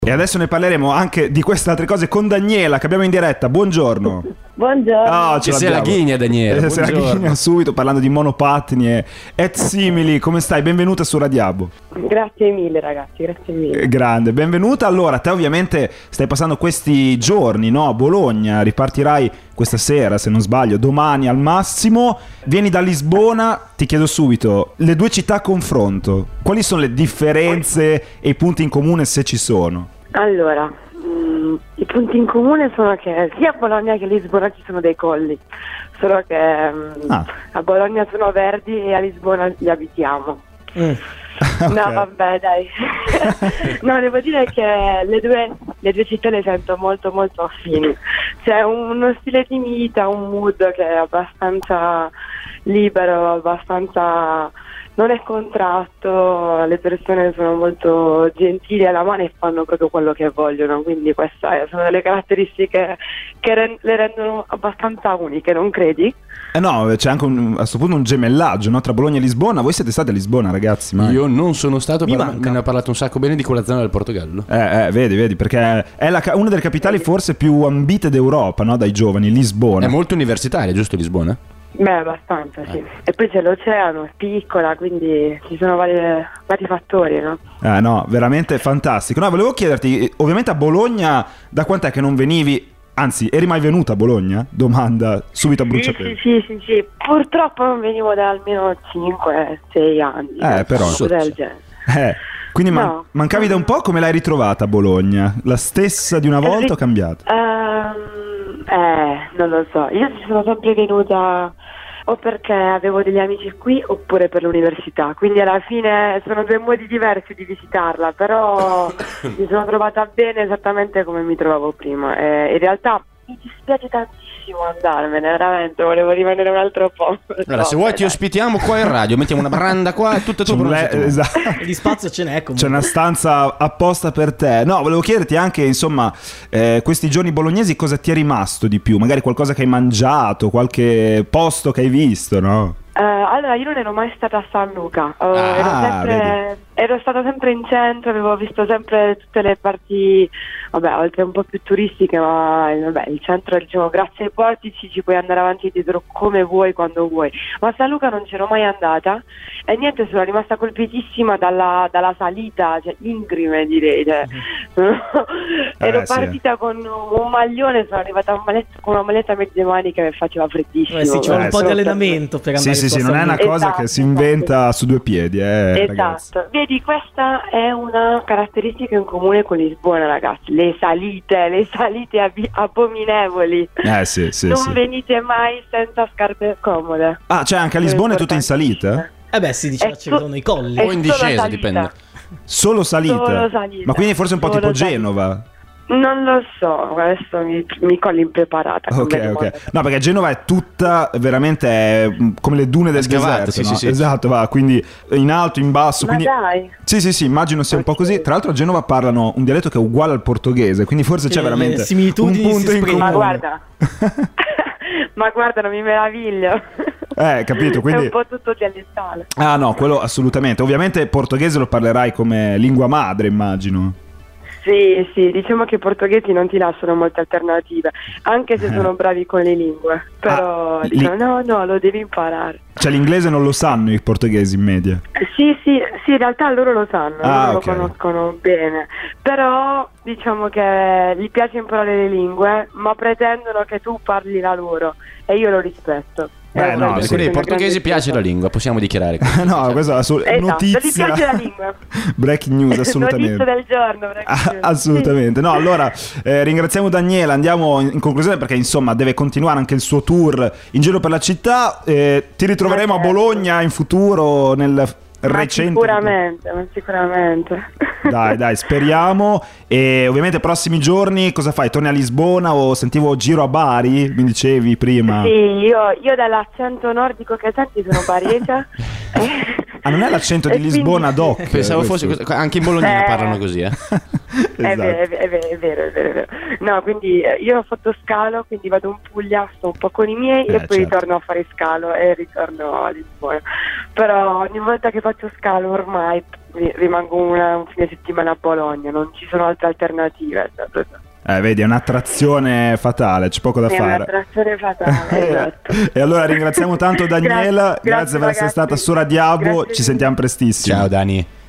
E adesso ne parleremo anche di queste altre cose con Daniela che abbiamo in diretta. Buongiorno. Buongiorno. Ce sei la ghigna, Daniela. Sei la ghigna subito, parlando di monopattini et simili. Come stai? Benvenuta su Radiabo. Grazie mille ragazzi, grazie mille. Grande, benvenuta. Allora, te ovviamente stai passando questi giorni, no? A Bologna, ripartirai questa sera, se non sbaglio, domani al massimo. Vieni da Lisbona, ti chiedo subito, le due città a confronto, quali sono le differenze e i punti in comune, se ci sono? Allora, i punti in comune sono che sia a Bologna che a Lisbona ci sono dei colli, solo che a Bologna sono verdi e a Lisbona li abitiamo. Okay. No, vabbè, dai. No, devo dire che le due città le sento molto molto affini. C'è uno stile di vita, un mood che è abbastanza libero, abbastanza non è contratto, le persone sono molto gentili alla mano e fanno proprio quello che vogliono, quindi queste sono delle caratteristiche che le rendono abbastanza uniche, non credi? No, c'è anche a questo punto un gemellaggio, no? Tra Bologna e Lisbona. Voi siete stati a Lisbona, ragazzi? Mai? Io non sono stato, però me ne ha parlato un sacco bene di quella zona del Portogallo. Vedi, perché è una delle capitali forse più ambite d'Europa, no? Dai giovani, Lisbona. È molto universitaria, giusto Lisbona? Beh, abbastanza, sì. E poi c'è l'oceano, è piccola, quindi ci sono vari fattori, no? No, veramente fantastico. No, volevo chiederti, ovviamente a Bologna, da quant'è che non venivi? Anzi, eri mai venuta a Bologna? Domanda subito a bruciapelo. Sì. Purtroppo non venivo da almeno 5-6 anni. Però. Del genere. Quindi mancavi da un po', come l'hai ritrovata a Bologna? La stessa di una volta o cambiata? Non lo so. Io ci sono sempre venuta o perché avevo degli amici qui oppure per l'università, quindi alla fine sono due modi diversi di visitarla, però mi sono trovata bene esattamente come mi trovavo prima. In realtà mi dispiace tantissimo andarmene, veramente, volevo rimanere un altro po'. Allora, se vuoi ti ospitiamo qua in radio, mettiamo una branda qua e tutto esatto. Di spazio ce n'è comunque. C'è una stanza apposta per te. No, volevo chiederti anche, insomma, questi giorni bolognesi cosa ti è rimasto di più? Magari qualcosa che hai mangiato, qualche posto che hai visto, no? Allora, io non ero mai stata a San Luca, ero stata sempre in centro, avevo visto sempre tutte le parti, oltre un po' più turistiche, ma il centro, diciamo, grazie ai portici ci puoi andare avanti e dietro come vuoi, quando vuoi, ma a San Luca non c'ero mai andata e niente, sono rimasta colpitissima dalla salita, cioè ingrime direi, ero partita con un maglione, sono arrivata con una maglietta a mezze maniche che faceva freddissimo. Sì, c'è un po' di allenamento per andare. Sì, non è una cosa che si inventa su due piedi, esatto. Ragazzi. Vedi, questa è una caratteristica in comune con Lisbona, ragazzi. Le salite abominevoli. Non venite mai senza scarpe comode. Cioè anche a Lisbona è tutto in salita? Sì, diceva ci sono i colli. O in discesa, dipende. Solo salita? Solo salita. Ma quindi forse un po' Solo tipo salita. Genova? Non lo so, adesso mi colli impreparata. Ok. No, perché Genova è tutta veramente come le dune del deserto, sì, no? sì. Esatto, va, quindi in alto, in basso. Ma quindi... dai. Sì, immagino sia un po' così. Tra l'altro a Genova parlano un dialetto che è uguale al portoghese, quindi forse c'è veramente un punto in comune. Ma guarda, non mi meraviglio. Capito, quindi... È un po' tutto dialettale. No, quello assolutamente. Ovviamente portoghese lo parlerai come lingua madre, immagino. Sì, diciamo che i portoghesi non ti lasciano molte alternative, anche se sono bravi con le lingue, però dicono no, lo devi imparare. Cioè l'inglese non lo sanno i portoghesi in media? Sì, in realtà loro lo sanno, loro okay. lo conoscono bene, però diciamo che gli piace imparare le lingue, ma pretendono che tu parli la loro e io lo rispetto. Quindi ai portoghesi piace la lingua, possiamo dichiarare. No, questa è notizia. Gli piace la lingua. Breaking news, assolutamente. Notizia del giorno. Assolutamente. No, allora ringraziamo Daniela, andiamo in conclusione perché insomma deve continuare anche il suo tour in giro per la città. Ti ritroveremo a Bologna in futuro nel recente. Sicuramente. Dai, speriamo. E ovviamente prossimi giorni cosa fai? Torni a Lisbona o sentivo giro a Bari, mi dicevi prima? Sì, io dall'accento nordico che senti sono barese. Non è l'accento di Lisbona doc? Pensavo fosse anche in Bologna parlano così, Esatto. È vero. No, quindi io ho fatto scalo, quindi vado in Puglia, sto un po' con i miei e poi ritorno a fare scalo e ritorno a Lisbona. Però ogni volta che faccio scalo ormai rimango un fine settimana a Bologna, non ci sono altre alternative. Vedi, è un'attrazione fatale, c'è poco da fare. È un'attrazione fatale, esatto. E allora ringraziamo tanto Daniela, grazie per essere stata su Radiabo, ci sentiamo prestissimo. Ciao Dani.